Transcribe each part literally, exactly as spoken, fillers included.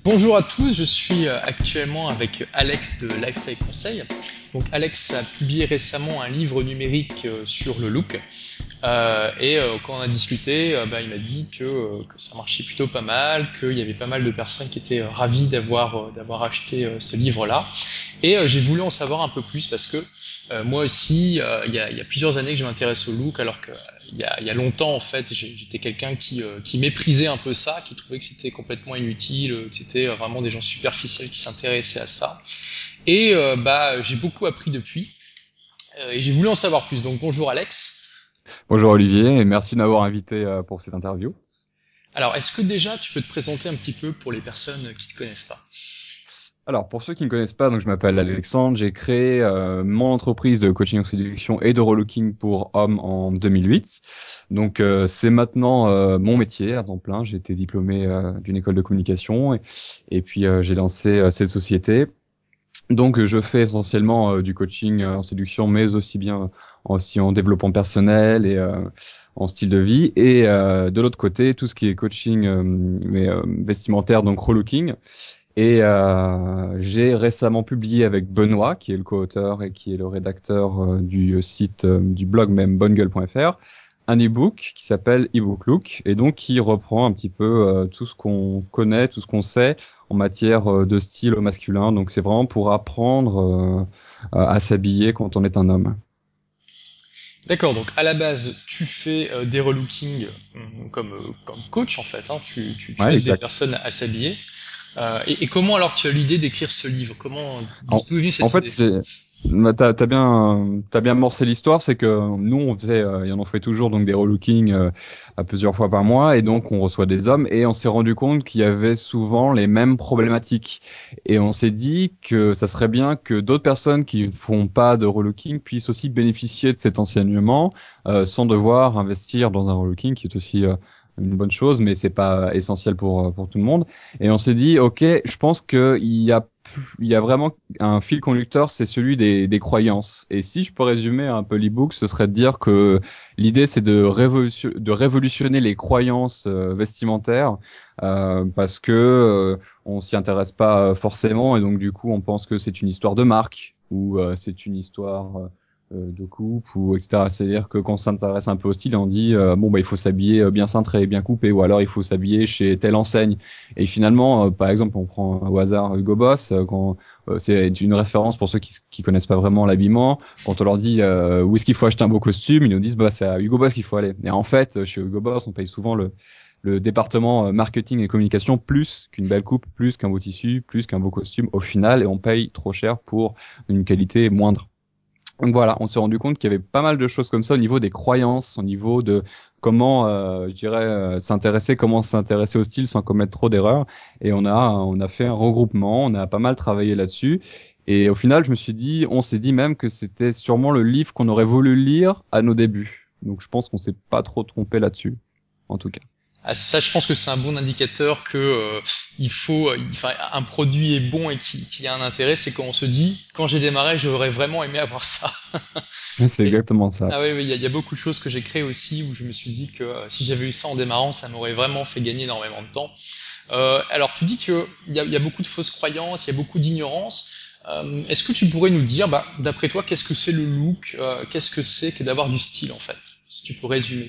Bonjour à tous, je suis euh, actuellement avec Alex de Lifetime Conseil. Donc Alex a publié récemment un livre numérique euh, sur le look. Euh, et euh, quand on a discuté, euh, bah, il m'a dit que, euh, que ça marchait plutôt pas mal, qu'il y avait pas mal de personnes qui étaient euh, ravies d'avoir euh, d'avoir acheté euh, ce livre-là. Et euh, j'ai voulu en savoir un peu plus parce que euh, moi aussi, euh, il y, a, il y a plusieurs années que je m'intéresse au look, alors que euh, il y a, il y a longtemps en fait, j'étais quelqu'un qui, euh, qui méprisait un peu ça, qui trouvait que c'était complètement inutile, euh, que c'était euh, vraiment des gens superficiels qui s'intéressaient à ça. Et euh, bah j'ai beaucoup appris depuis. Euh, et j'ai voulu en savoir plus. Donc bonjour Alex. Bonjour Olivier et merci de m'avoir invité euh, pour cette interview. Alors, est-ce que déjà tu peux te présenter un petit peu pour les personnes qui te connaissent pas? Alors pour ceux qui ne me connaissent pas, donc je m'appelle Alexandre, j'ai créé euh, mon entreprise de coaching en séduction et de relooking pour hommes en deux mille huit. Donc euh, c'est maintenant euh, mon métier à temps plein. J'ai été diplômé euh, d'une école de communication et, et puis euh, j'ai lancé euh, cette société. Donc euh, je fais essentiellement euh, du coaching euh, en séduction, mais aussi bien aussi en développement personnel et euh, en style de vie. Et euh, de l'autre côté, tout ce qui est coaching euh, mais euh, vestimentaire, donc relooking. Et euh, j'ai récemment publié avec Benoît, qui est le co-auteur et qui est le rédacteur euh, du site euh, du blog même bonnegueule point f r, un e-book qui s'appelle eBook Look et donc qui reprend un petit peu euh, tout ce qu'on connaît, tout ce qu'on sait en matière euh, de style au masculin. Donc c'est vraiment pour apprendre euh, à s'habiller quand on est un homme. D'accord, donc à la base, tu fais euh, des relookings euh, comme, euh, comme coach en fait, hein, tu, tu, tu Ouais, aides des exact. personnes à s'habiller. Euh, et, et comment alors tu as eu l'idée d'écrire ce livre? Comment, d'où En, d'où est venue en cette fait, idée? c'est bah, t'as, t'as bien t'as bien morcé l'histoire, c'est que nous on faisait euh, et on en fait toujours donc des relookings euh, à plusieurs fois par mois et donc on reçoit des hommes et on s'est rendu compte qu'il y avait souvent les mêmes problématiques et on s'est dit que ça serait bien que d'autres personnes qui ne font pas de relooking puissent aussi bénéficier de cet enseignement euh, sans devoir investir dans un relooking qui est aussi euh, une bonne chose mais c'est pas essentiel pour euh, pour tout le monde et on s'est dit ok, je pense que il y a il y a vraiment un fil conducteur, c'est celui des, des croyances. Et si je peux résumer un peu l'ebook, ce serait de dire que l'idée, c'est de, révolution- de révolutionner les croyances euh, vestimentaires euh, parce que euh, on s'y intéresse pas euh, forcément et donc du coup, on pense que c'est une histoire de marque ou euh, c'est une histoire euh, euh, de coupe ou et cetera. C'est-à-dire que quand on s'intéresse un peu au style, on dit euh, bon bah il faut s'habiller euh, bien cintré, bien coupé, ou alors il faut s'habiller chez telle enseigne. Et finalement, euh, par exemple, on prend au hasard Hugo Boss, euh, quand euh, c'est une référence pour ceux qui, qui connaissent pas vraiment l'habillement. Quand on leur dit euh, où est-ce qu'il faut acheter un beau costume, ils nous disent bah c'est à Hugo Boss qu'il faut aller. Et en fait, chez Hugo Boss, on paye souvent le le département euh, marketing et communication plus qu'une belle coupe, plus qu'un beau tissu, plus qu'un beau costume au final, et on paye trop cher pour une qualité moindre. Donc voilà, on s'est rendu compte qu'il y avait pas mal de choses comme ça au niveau des croyances, au niveau de comment, euh, je dirais, euh, s'intéresser, comment s'intéresser au style sans commettre trop d'erreurs. Et on a, on a fait un regroupement, on a pas mal travaillé là-dessus. Et au final, je me suis dit, on s'est dit même que c'était sûrement le livre qu'on aurait voulu lire à nos débuts. Donc je pense qu'on s'est pas trop trompé là-dessus, en tout cas. Ah, ça, je pense que c'est un bon indicateur que euh, il faut, euh, enfin, un produit est bon et qu'il qu'il y a un intérêt, c'est quand on se dit, quand j'ai démarré, j'aurais vraiment aimé avoir ça. C'est Et- exactement ça. ah oui, oui, il y, a il y a beaucoup de choses que j'ai créées aussi où je me suis dit que euh, si j'avais eu ça en démarrant, ça m'aurait vraiment fait gagner énormément de temps. Euh, alors, tu dis qu'il y a, il y a beaucoup de fausses croyances, il y a beaucoup d'ignorance. Euh, Est-ce que tu pourrais nous dire, bah, d'après toi, qu'est-ce que c'est le look, euh, qu'est-ce que c'est que d'avoir du style en fait, si tu peux résumer.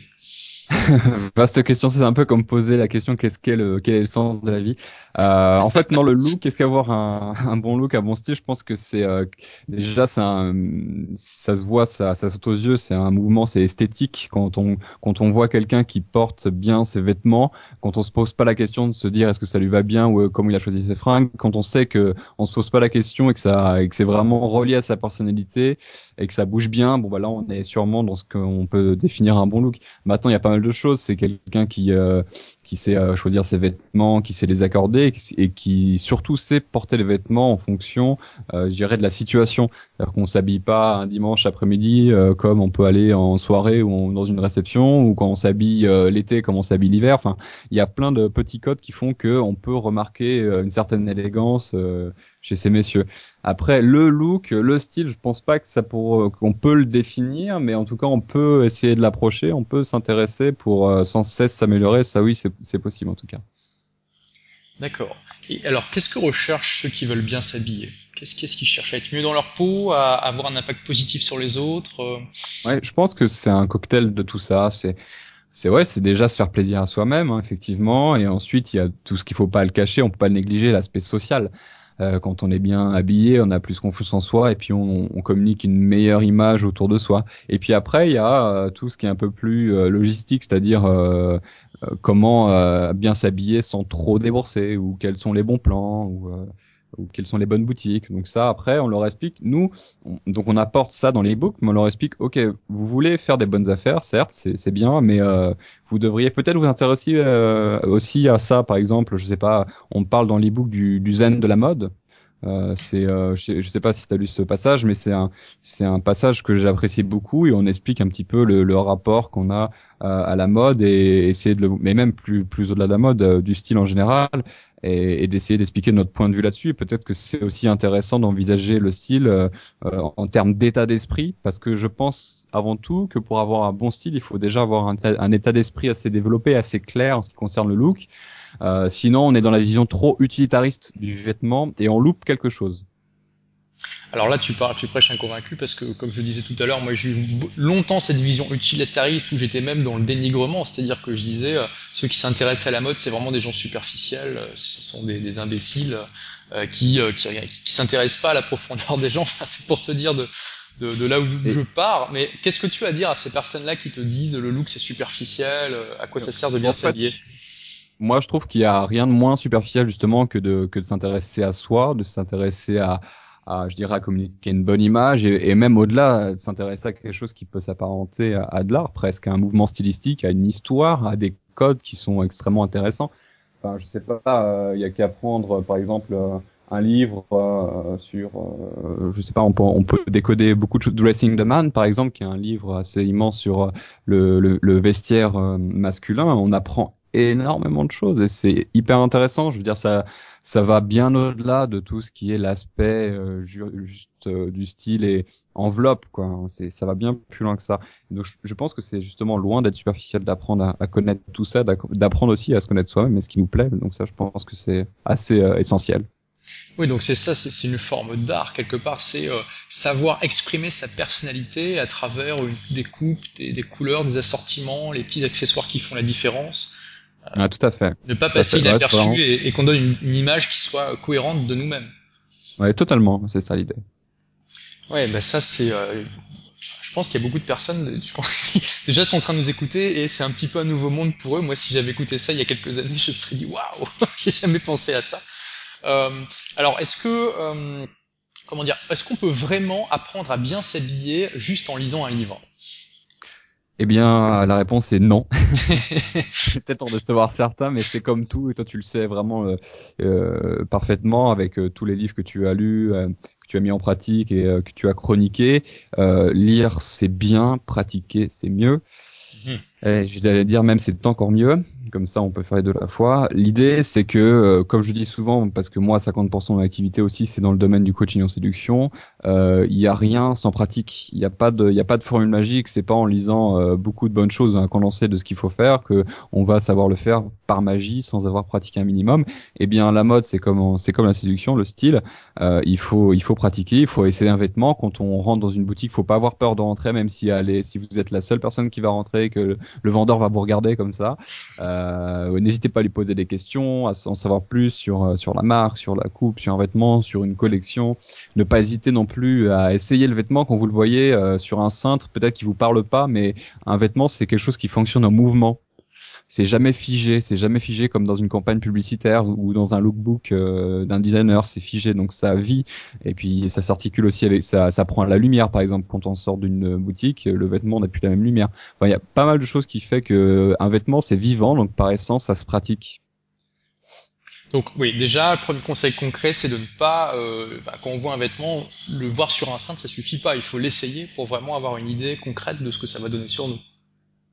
Vaste question, c'est un peu comme poser la question qu'est-ce qu'est le, quel est le sens de la vie. Euh, en fait, non, le look, qu'est-ce qu'avoir un, un bon look, un bon style, je pense que c'est euh, déjà c'est un, ça se voit, ça, ça saute aux yeux, c'est un mouvement, c'est esthétique. Quand on quand on voit quelqu'un qui porte bien ses vêtements, quand on se pose pas la question de se dire est-ce que ça lui va bien ou euh, comment il a choisi ses fringues, quand on sait que on se pose pas la question et que ça et que c'est vraiment relié à sa personnalité et que ça bouge bien, bon bah là on est sûrement dans ce qu'on peut définir un bon look. Maintenant, il y a pas mal de choses. C'est quelqu'un qui euh, qui sait euh, choisir ses vêtements, qui sait les accorder et qui, et qui surtout sait porter les vêtements en fonction, euh, je dirais, de la situation. C'est-à-dire qu'on s'habille pas un dimanche après-midi euh, comme on peut aller en soirée ou en- dans une réception ou quand on s'habille euh, l'été comme on s'habille l'hiver. Enfin, il y a plein de petits codes qui font que on peut remarquer euh, une certaine élégance euh, chez ces messieurs. Après, le look, le style, je pense pas que ça pour qu'on peut le définir, mais en tout cas, on peut essayer de l'approcher, on peut s'intéresser pour euh, sans cesse s'améliorer. Ça, oui, c'est c'est possible en tout cas. D'accord. Et alors, qu'est-ce que recherchent ceux qui veulent bien s'habiller? Qu'est-ce qu'est-ce qu'ils cherchent? À être mieux dans leur peau, à avoir un impact positif sur les autres? euh Ouais, je pense que c'est un cocktail de tout ça. C'est C'est ouais, c'est déjà se faire plaisir à soi-même, hein, effectivement. Et ensuite, il y a tout ce qu'il faut pas le cacher, on peut pas le négliger, l'aspect social. Euh, quand on est bien habillé, on a plus confiance en soi et puis on, on communique une meilleure image autour de soi. Et puis après, il y a euh, tout ce qui est un peu plus euh, logistique, c'est-à-dire euh, euh, comment euh, bien s'habiller sans trop débourser, ou quels sont les bons plans, ou, euh, ou quelles sont les bonnes boutiques. Donc ça, après, on leur explique. Nous, on- donc on apporte ça dans les books, mais on leur explique, ok, vous voulez faire des bonnes affaires, certes, c'est c'est bien, mais euh, vous devriez peut-être vous intéresser euh, aussi à ça. Par exemple, je sais pas, on parle dans l'ebook du, du zen de la mode. Euh, c'est, euh, je sais, je sais pas si tu as lu ce passage, mais c'est un, c'est un passage que j'apprécie beaucoup et on explique un petit peu le, le rapport qu'on a euh, à la mode et essayer de le, mais même plus, plus au-delà de la mode, euh, du style en général et, et d'essayer d'expliquer notre point de vue là-dessus. Peut-être que c'est aussi intéressant d'envisager le style euh, euh, en termes d'état d'esprit, parce que je pense avant tout que pour avoir un bon style, il faut déjà avoir un, ta- un état d'esprit assez développé, assez clair en ce qui concerne le look. Euh, sinon, on est dans la vision trop utilitariste du vêtement et on loupe quelque chose. Alors là, tu parles, tu prêches un convaincu parce que, comme je le disais tout à l'heure, moi j'ai eu longtemps cette vision utilitariste où j'étais même dans le dénigrement, c'est-à-dire que je disais, euh, ceux qui s'intéressent à la mode, c'est vraiment des gens superficiels, euh, ce sont des, des imbéciles euh, qui, euh, qui, qui s'intéressent pas à la profondeur des gens. Enfin, c'est pour te dire de, de, de là où je Et pars. Mais qu'est-ce que tu as à dire à ces personnes-là qui te disent le look c'est superficiel, euh, à quoi euh, ça sert de bien en fait, s'habiller? moi, je trouve qu'il y a rien de moins superficiel justement que de que de s'intéresser à soi, de s'intéresser à, à, je dirais, à communiquer une bonne image et, et même au-delà, de s'intéresser à quelque chose qui peut s'apparenter à, à de l'art, presque à un mouvement stylistique, à une histoire, à des codes qui sont extrêmement intéressants. Enfin, je sais pas, euh, il y a qu'à prendre, par exemple, euh, un livre euh, sur, euh, je sais pas, on peut, on peut décoder beaucoup de choses. Dressing the Man, par exemple, qui est un livre assez immense sur euh, le, le, le vestiaire euh, masculin. On apprend énormément de choses et c'est hyper intéressant. Je veux dire, ça, ça va bien au-delà de tout ce qui est l'aspect euh, ju- juste euh, du style et enveloppe, quoi. C'est, ça va bien plus loin que ça. Donc, je, je pense que c'est justement loin d'être superficiel d'apprendre à, à connaître tout ça, d'ac- d'apprendre aussi à se connaître soi-même et ce qui nous plaît. Donc ça, je pense que c'est assez euh, essentiel. Oui, donc c'est ça, c'est c'est une forme d'art quelque part, c'est euh, savoir exprimer sa personnalité à travers une- des coupes, des, des couleurs, des assortiments, les petits accessoires qui font la différence. Ah, tout à fait, Ne pas tout à passer fait. Ouais, c'est inaperçu vraiment, et, et qu'on donne une, une image qui soit cohérente de nous-mêmes. ouais, totalement, c'est ça l'idée. Ouais, bah ça c'est, euh, je pense qu'il y a beaucoup de personnes, je pense, qui déjà sont en train de nous écouter et c'est un petit peu un nouveau monde pour eux. Moi, si j'avais écouté ça il y a quelques années, je me serais dit waouh, j'ai jamais pensé à ça. Euh, alors, est-ce que euh, comment dire, est-ce qu'on peut vraiment apprendre à bien s'habiller juste en lisant un livre? Eh bien, la réponse est non. Je vais peut-être en décevoir certains, mais c'est comme tout, et toi tu le sais vraiment euh, euh, parfaitement avec euh, tous les livres que tu as lus, euh, que tu as mis en pratique et euh, que tu as chroniqué. Euh, lire, c'est bien, pratiquer, c'est mieux. Mhm. Et j'allais dire même c'est encore mieux, comme ça on peut faire les deux à la fois. L'idée c'est que, euh, comme je dis souvent, parce que moi cinquante pour cent de mon activité aussi c'est dans le domaine du coaching en séduction, euh, il y a rien sans pratique. Il n'y a pas de, il y a pas de formule magique. C'est pas en lisant euh, beaucoup de bonnes choses dans un condensé de ce qu'il faut faire que on va savoir le faire par magie sans avoir pratiqué un minimum. Eh bien la mode c'est comme, en- c'est comme la séduction, le style. Euh, il faut, il faut pratiquer, il faut essayer un vêtement. Quand on rentre dans une boutique, faut pas avoir peur de rentrer, même si elle est, si vous êtes la seule personne qui va rentrer, que le vendeur va vous regarder comme ça. Euh, n'hésitez pas à lui poser des questions, à en savoir plus sur, euh, sur la marque, sur la coupe, sur un vêtement, sur une collection. Ne pas hésiter non plus à essayer le vêtement quand vous le voyez euh, sur un cintre, peut-être qu'il vous parle pas, mais un vêtement, c'est quelque chose qui fonctionne en mouvement. C'est jamais figé, c'est jamais figé comme dans une campagne publicitaire ou dans un lookbook euh, d'un designer, c'est figé, donc ça vit et puis ça s'articule aussi avec ça, ça prend la lumière par exemple quand on sort d'une boutique, le vêtement n'a plus la même lumière. Enfin, il y a pas mal de choses qui fait que un vêtement c'est vivant, donc par essence ça se pratique. Donc oui, déjà, le premier conseil concret, c'est de ne pas, euh, enfin, quand on voit un vêtement, le voir sur un cintre, ça suffit pas. Il faut l'essayer pour vraiment avoir une idée concrète de ce que ça va donner sur nous.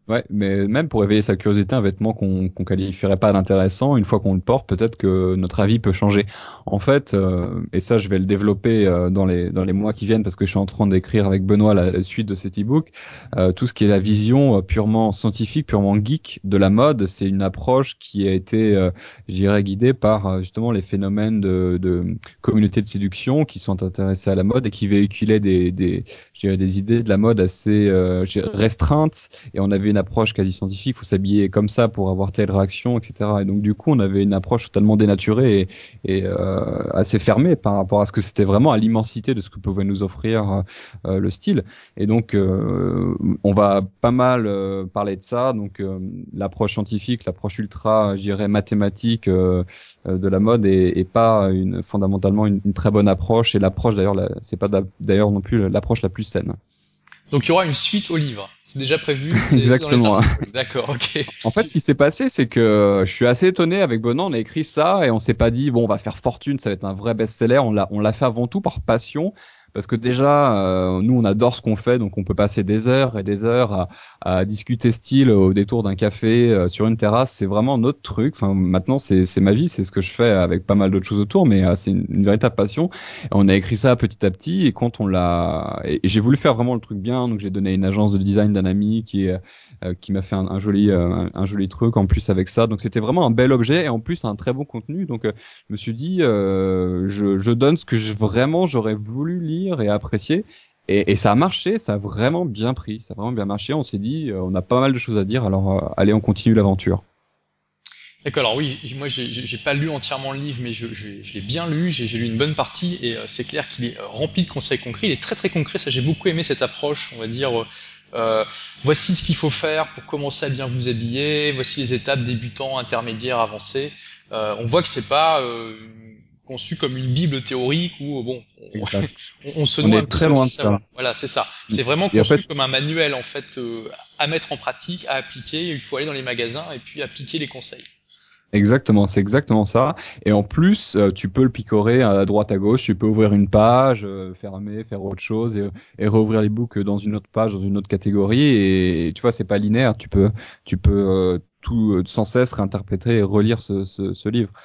Ouais, mais même pour éveiller sa curiosité, un vêtement qu'on qu'on qualifierait pas d'intéressant, une fois qu'on le porte, peut-être que notre avis peut changer. En fait, euh, et ça, je vais le développer euh, dans les dans les mois qui viennent parce que je suis en train d'écrire avec Benoît la, la suite de cet e-book. Euh, tout ce qui est la vision euh, purement scientifique, purement geek de la mode, c'est une approche qui a été, euh, je dirais, guidée par euh, justement les phénomènes de, de communautés de séduction qui sont intéressés à la mode et qui véhiculaient des des je dirais, des idées de la mode assez euh, je dirais, restreintes et on avait une approche quasi scientifique, faut s'habiller comme ça pour avoir telle réaction, et cetera. Et donc du coup, on avait une approche totalement dénaturée et, et euh, assez fermée par rapport à ce que c'était vraiment à l'immensité de ce que pouvait nous offrir euh, le style. Et donc, euh, on va pas mal euh, parler de ça. Donc, euh, l'approche scientifique, l'approche ultra, je dirais, mathématique euh, euh, de la mode est, est pas une, fondamentalement une, une très bonne approche. Et l'approche, d'ailleurs, la- c'est pas d'a- d'ailleurs non plus l'approche la plus saine. Donc il y aura une suite au livre. C'est déjà prévu, c'est écrit dans les Exactement. articles. D'accord, ok. En fait, ce qui s'est passé, c'est que je suis assez étonné avec Bonan. On a écrit ça et on s'est pas dit bon, on va faire fortune, ça va être un vrai best-seller. On l'a, on l'a fait avant tout par passion. Parce que déjà, euh, nous, on adore ce qu'on fait, donc on peut passer des heures et des heures à, à discuter style au détour d'un café, euh, sur une terrasse. C'est vraiment notre truc. Enfin, maintenant, c'est, c'est ma vie, c'est ce que je fais avec pas mal d'autres choses autour, mais euh, c'est une, une véritable passion. Et on a écrit ça petit à petit, et quand on l'a, et, et j'ai voulu faire vraiment le truc bien, donc j'ai donné à une agence de design d'un ami qui est euh, qui m'a fait un, un joli euh, un, un joli truc en plus avec ça. Donc c'était vraiment un bel objet et en plus un très bon contenu. Donc euh, je me suis dit euh, je, je donne ce que je, vraiment j'aurais voulu lire et apprécier. Et, et ça a marché, ça a vraiment bien pris, ça a vraiment bien marché. On s'est dit, euh, on a pas mal de choses à dire, alors euh, allez, on continue l'aventure. D'accord, alors oui, j- moi j'ai j'ai- j'ai pas lu entièrement le livre, mais je, je- je l'ai bien lu, j'ai j'ai lu une bonne partie, et euh, c'est clair qu'il est euh, rempli de conseils concrets, il est très très concret, ça j'ai beaucoup aimé cette approche, on va dire, euh, euh, voici ce qu'il faut faire pour commencer à bien vous habiller, voici les étapes débutants, intermédiaires, avancées. Euh, on voit que c'est pas euh, conçu comme une bible théorique où euh, bon, on, Exact. on- on se On noie un est petit très peu dans loin le de ça. savoir. Voilà, c'est ça. C'est vraiment Et en fait, conçu comme un manuel en fait euh, à mettre en pratique, à appliquer. Il faut aller dans les magasins et puis appliquer les conseils. exactement, c'est exactement ça. Et en plus, euh, tu peux le picorer à droite à gauche. Tu peux ouvrir une page, euh, fermer, faire autre chose et, et rouvrir les books dans une autre page, dans une autre catégorie. Et, tu vois, c'est pas linéaire. Tu peux, tu peux euh, tout euh, sans cesse réinterpréter et relire ce, ce, ce livre.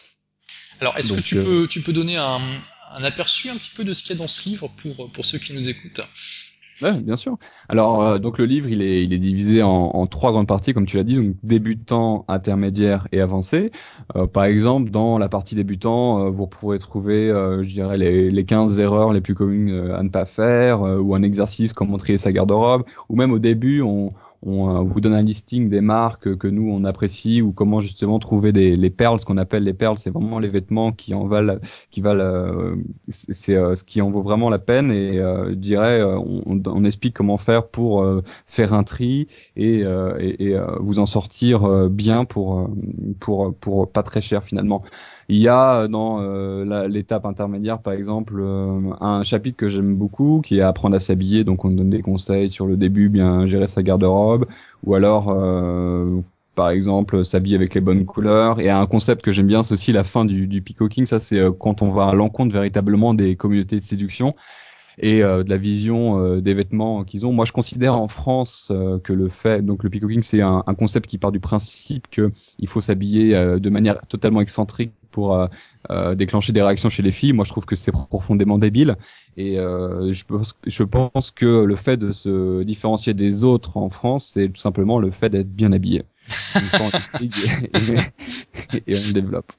Alors, est-ce que Donc, tu euh, peux, tu peux donner un, un aperçu un petit peu de ce qu'il y a dans ce livre pour, pour ceux qui nous écoutent? ouais, bien sûr. Alors, euh, donc le livre, il est, il est divisé en, en trois grandes parties, comme tu l'as dit, donc débutant, intermédiaire et avancé. Euh, par exemple, dans la partie débutant, euh, vous pourrez trouver, euh, je dirais, les, les quinze erreurs les plus communes euh, à ne pas faire, euh, ou un exercice comment trier sa garde-robe, ou même au début, on, on euh, vous donne un listing des marques que nous on apprécie, ou comment justement trouver des, les perles. Ce qu'on appelle les perles, c'est vraiment les vêtements qui en valent, qui valent euh, c'est c'est, euh, ce qui en vaut vraiment la peine et euh, je dirais euh, on, on explique comment faire pour euh, faire un tri et, euh, et, et, euh, vous en sortir euh, bien pour euh, pour pour pas très cher finalement. Il y a euh, dans euh, la- l'étape intermédiaire par exemple euh, un chapitre que j'aime beaucoup qui est apprendre à s'habiller, donc on donne des conseils sur le début, bien gérer sa garde-robe ou alors euh, par exemple, s'habiller avec les bonnes couleurs. Et un concept que j'aime bien, c'est aussi la fin du, du peacocking. Ça, c'est euh, quand on va à l'encontre véritablement des communautés de séduction et euh, de la vision euh, des vêtements qu'ils ont. Moi, je considère en France euh, que le fait, donc le peacocking, c'est un, un concept qui part du principe que il faut s'habiller euh, de manière totalement excentrique pour euh, euh, déclencher des réactions chez les filles. Moi, je trouve que c'est profondément débile. Et euh, je pense, je pense que le fait de se différencier des autres en France, c'est tout simplement le fait d'être bien habillé. Une fois on l'explique et, et, et on le développe.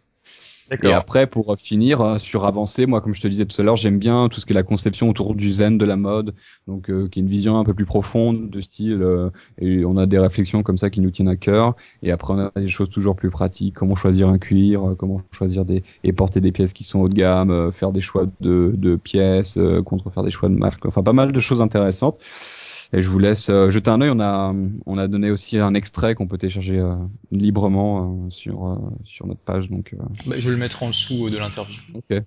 Et D'accord. après, pour finir, euh, sur avancer, moi, comme je te disais tout à l'heure, j'aime bien tout ce qui est la conception autour du zen de la mode, donc euh, qui est une vision un peu plus profonde de style, euh, et on a des réflexions comme ça qui nous tiennent à cœur. Et après, on a des choses toujours plus pratiques, comment choisir un cuir, euh, comment choisir des et porter des pièces qui sont haut de gamme, euh, faire des choix de, de pièces, euh, contre faire des choix de marque, enfin pas mal de choses intéressantes. Et je vous laisse euh, jeter un œil. On a, on a donné aussi un extrait qu'on peut télécharger euh, librement euh, sur, euh, sur notre page. Donc, euh, Bah, je le mettrai en dessous de l'interview. ok.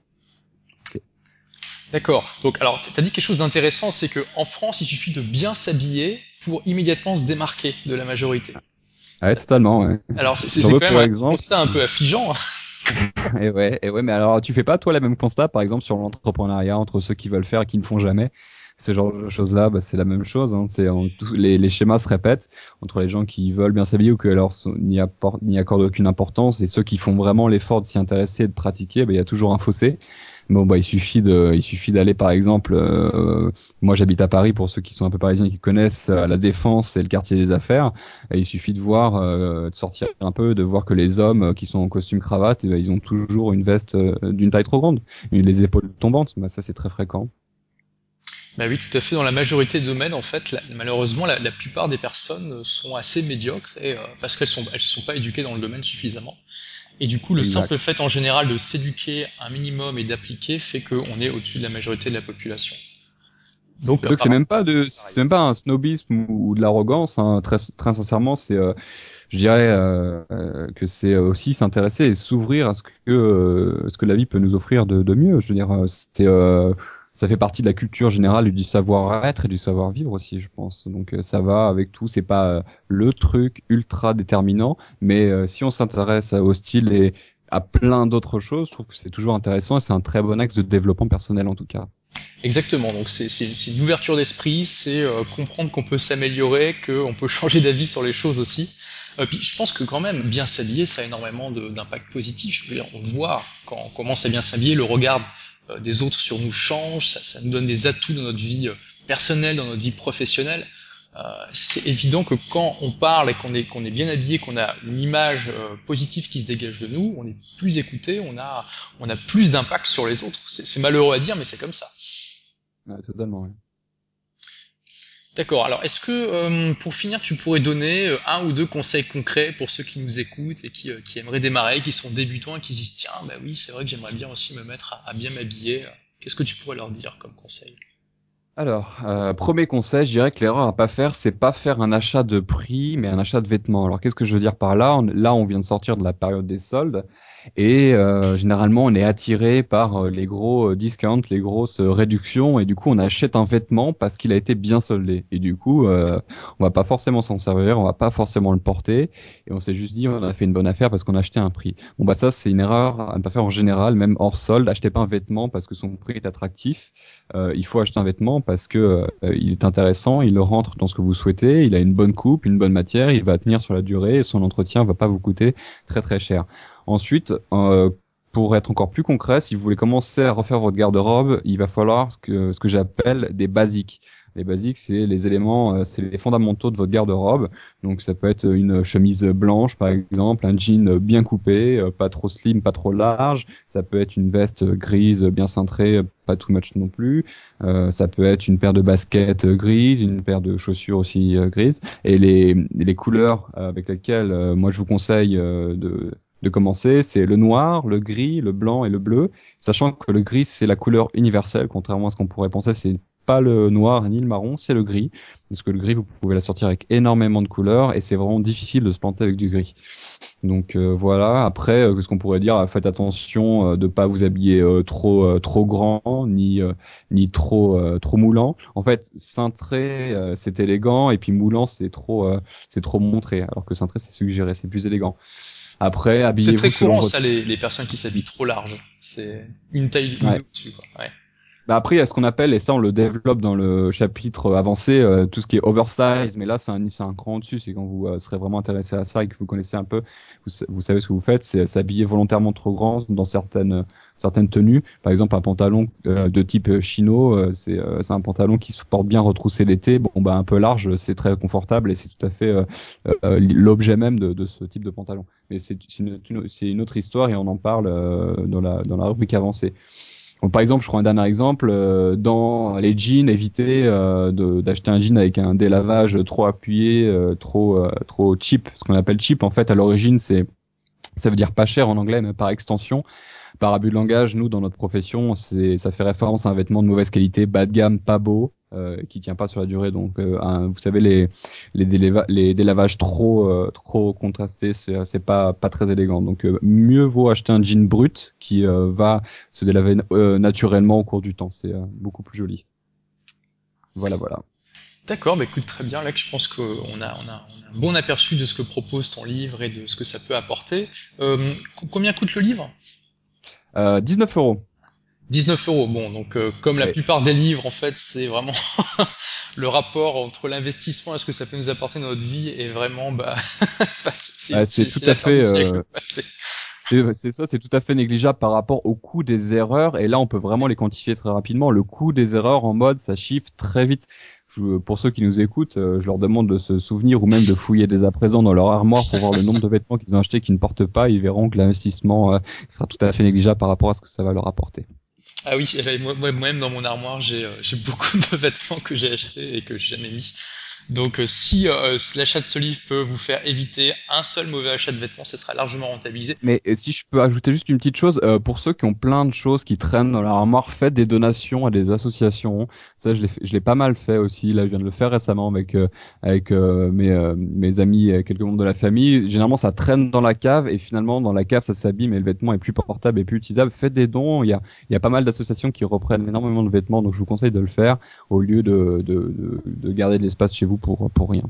D'accord. Donc, alors, t'as dit quelque chose d'intéressant, c'est que en France, il suffit de bien s'habiller pour immédiatement se démarquer de la majorité. Ah ouais, Ça- totalement. Ouais. Alors, c'est J'en c'est veux quand même pour un exemple. constat un peu affligeant, hein. Et ouais, et ouais, mais alors tu fais pas toi la même constat, par exemple sur l'entrepreneuriat entre ceux qui veulent faire et qui ne font jamais. ce genre de choses-là, bah, c'est la même chose. Hein. C'est en- tous les, les schémas se répètent entre les gens qui veulent bien s'habiller ou qui alors sont- n'y apportent- n'y accordent aucune importance et ceux qui font vraiment l'effort de s'y intéresser et de pratiquer, bah, il y a toujours un fossé. Bon, bah, il suffit de, il suffit d'aller, par exemple, euh, moi j'habite à Paris, pour ceux qui sont un peu parisiens et qui connaissent, euh, la Défense et le quartier des affaires. Et il suffit de voir, euh, de sortir un peu, de voir que les hommes euh, qui sont en costume cravate, eh ben, ils ont toujours une veste euh, d'une taille trop grande, et les épaules tombantes. Bah, ça, c'est très fréquent. Bah oui, tout à fait. Dans la majorité des domaines, en fait, la- malheureusement, la, la plupart des personnes sont assez médiocres et, euh, parce qu'elles sont, elles se sont pas éduquées dans le domaine suffisamment. Et du coup, le simple Exact. fait en général de s'éduquer un minimum et d'appliquer fait qu'on est au-dessus de la majorité de la population. Donc, Donc c'est apparemment, même pas de, c'est pareil. c'est même pas un snobisme ou, ou de l'arrogance. Hein. Très, très sincèrement, c'est, euh, je dirais euh, euh, que c'est aussi s'intéresser et s'ouvrir à ce que, euh, ce que la vie peut nous offrir de, de mieux. Je veux dire, euh, c'est, euh, ça fait partie de la culture générale et du savoir-être et du savoir-vivre aussi, je pense. Donc euh, ça va avec tout. C'est pas euh, le truc ultra déterminant, mais euh, si on s'intéresse au style et à plein d'autres choses, je trouve que c'est toujours intéressant et c'est un très bon axe de développement personnel en tout cas. Exactement. Donc, c'est c'est- c'est une ouverture d'esprit, c'est euh, comprendre qu'on peut s'améliorer, qu'on peut changer d'avis sur les choses aussi. Euh, puis, je pense que quand même, bien s'habiller, ça a énormément de- d'impact positif. Je veux dire, on voit quand on commence à bien s'habiller, le regard euh, des autres sur nous change, ça, ça nous donne des atouts dans notre vie euh, personnelle, dans notre vie professionnelle. Euh, c'est évident que quand on parle et qu'on est, qu'on est bien habillé, qu'on a une image euh, positive qui se dégage de nous, on est plus écouté, on a, on a plus d'impact sur les autres. C'est c'est malheureux à dire, mais c'est comme ça. Ouais, totalement. Ouais. D'accord. Alors, est-ce que, euh, pour finir, tu pourrais donner euh, un ou deux conseils concrets pour ceux qui nous écoutent et qui, euh, qui aimeraient démarrer, qui sont débutants et qui se disent, tiens, bah oui, c'est vrai que j'aimerais bien aussi me mettre à, à bien m'habiller. Qu'est-ce que tu pourrais leur dire comme conseil? Alors, euh, premier conseil, je dirais que l'erreur à pas faire, c'est pas faire un achat de prix, mais un achat de vêtements. Alors, qu'est-ce que je veux dire par là? On- là, on vient de sortir de la période des soldes, et euh, généralement, on est attiré par euh, les gros euh, discounts, les grosses euh, réductions, et du coup, on achète un vêtement parce qu'il a été bien soldé. Et du coup, euh, on va pas forcément s'en servir, on va pas forcément le porter, et on s'est juste dit, on a fait une bonne affaire parce qu'on a acheté un prix. Bon, bah ça, c'est une erreur à ne pas faire en général, même hors solde. Achetez pas un vêtement parce que son prix est attractif. Euh, il faut acheter un vêtement parce que euh, il est intéressant, il rentre dans ce que vous souhaitez, il a une bonne coupe, une bonne matière, il va tenir sur la durée et son entretien va pas vous coûter très très cher. Ensuite, euh, pour être encore plus concret, si vous voulez commencer à refaire votre garde-robe, il va falloir ce que, ce que j'appelle des basiques. Les basiques, c'est les éléments, euh, c'est les fondamentaux de votre garde-robe. Donc, ça peut être une chemise blanche, par exemple, un jean bien coupé, euh, pas trop slim, pas trop large. Ça peut être une veste grise bien cintrée, pas too much non plus. Euh, ça peut être une paire de baskets euh, grises, une paire de chaussures aussi euh, grises. Et les, les couleurs euh, avec lesquelles euh, moi je vous conseille euh, de, de commencer, c'est le noir, le gris, le blanc et le bleu. Sachant que le gris, c'est la couleur universelle, contrairement à ce qu'on pourrait penser, c'est pas le noir ni le marron, c'est le gris. Parce que le gris, vous pouvez la sortir avec énormément de couleurs et c'est vraiment difficile de se planter avec du gris. Donc euh, voilà. Après, euh, ce qu'on pourrait dire, euh, faites attention euh, de pas vous habiller euh, trop euh, trop grand ni euh, ni trop euh, trop moulant. En fait, cintré euh, c'est élégant et puis moulant c'est trop euh, c'est trop montré. Alors que cintré c'est suggéré, c'est plus élégant. Après, C'est très habillez-vous selon courant, votre. ça, les, les personnes qui s'habillent trop large. C'est une taille, une Ouais. au-dessus, quoi. Ouais. Bah après, il y a ce qu'on appelle, et ça on le développe dans le chapitre avancé, euh, tout ce qui est oversize, mais là c'est un, c'est un cran au-dessus, c'est quand vous euh, serez vraiment intéressé à ça et que vous connaissez un peu, vous, sa- vous savez ce que vous faites, c'est s'habiller volontairement trop grand dans certaines, certaines tenues. Par exemple, un pantalon euh, de type euh, chino, euh, c'est euh, c'est un pantalon qui se porte bien retroussé l'été, bon bah un peu large, c'est très confortable et c'est tout à fait euh, euh, l'objet même de, de ce type de pantalon. Mais c'est c'est une, une- c'est une autre histoire et on en parle euh, dans la, dans la rubrique avancée. Donc, par exemple, je prends un dernier exemple, euh, dans les jeans, évitez euh, de- d'acheter un jean avec un délavage trop appuyé, euh, trop euh, trop cheap. Ce qu'on appelle cheap, en fait, à l'origine, c'est ça veut dire pas cher en anglais, mais par extension, par abus de langage, nous, dans notre profession, c'est, ça fait référence à un vêtement de mauvaise qualité, bas de gamme, pas beau, euh, qui tient pas sur la durée. Donc, euh, un- vous savez, les, les, délava- les délavages trop, euh, trop contrastés, c'est, c'est pas, pas très élégant. Donc, euh, mieux vaut acheter un jean brut qui euh, va se délaver euh, naturellement au cours du temps. C'est euh, beaucoup plus joli. Voilà, voilà. D'accord, bah écoute, très bien. Là, je pense qu'on a, on a, on a un bon aperçu de ce que propose ton livre et de ce que ça peut apporter. Euh, co- combien coûte le livre? Euh, dix-neuf euros. dix-neuf euros. Bon, donc euh, comme la Ouais, plupart des livres, en fait, c'est vraiment le rapport entre l'investissement et ce que ça peut nous apporter dans notre vie est vraiment, bah, c'est ouais, c'est c'est- tout c'est à l'affaire du fait. siècle. euh, Quoi. C'est- C'est c'est ça, c'est tout à fait négligeable par rapport au coût des erreurs. Et là, on peut vraiment les quantifier très rapidement. Le coût des erreurs en mode, ça chiffre très vite. Je- pour ceux qui nous écoutent, euh, je leur demande de se souvenir ou même de fouiller dès à présent dans leur armoire pour voir le nombre de vêtements qu'ils ont achetés qui ne portent pas. Ils verront que l'investissement euh, sera tout à fait négligeable par rapport à ce que ça va leur apporter. Ah oui, eh ben, moi, moi- moi-même dans mon armoire, j'ai euh, j'ai beaucoup de vêtements que j'ai achetés et que j'ai jamais mis. Donc euh, si euh, l'achat de ce livre peut vous faire éviter un seul mauvais achat de vêtements, ce sera largement rentabilisé. Mais euh, si je peux ajouter juste une petite chose, euh, pour ceux qui ont plein de choses qui traînent dans leur armoire, faites des donations à des associations. Ça, je l'ai, fait- je l'ai pas mal fait aussi. Là, je viens de le faire récemment avec euh, avec euh, mes euh, mes amis, et quelques membres de la famille. Généralement, ça traîne dans la cave et finalement, dans la cave, ça s'abîme et le vêtement est plus portable et plus utilisable. Faites des dons. Il y a il y a pas mal d'associations qui reprennent énormément de vêtements, donc je vous conseille de le faire au lieu de de de, de garder de l'espace chez vous pour pour rien.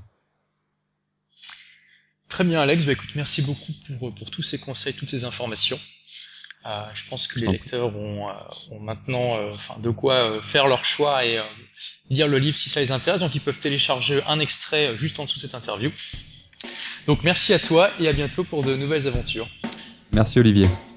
Très bien Alex, bah écoute, merci beaucoup pour, pour tous ces conseils, toutes ces informations. Euh, je pense que Je les t'en prie. lecteurs ont, euh, ont maintenant euh, enfin, de quoi euh, faire leur choix et euh, lire le livre si ça les intéresse. Donc ils peuvent télécharger un extrait euh, juste en dessous de cette interview. Donc merci à toi et à bientôt pour de nouvelles aventures. Merci Olivier.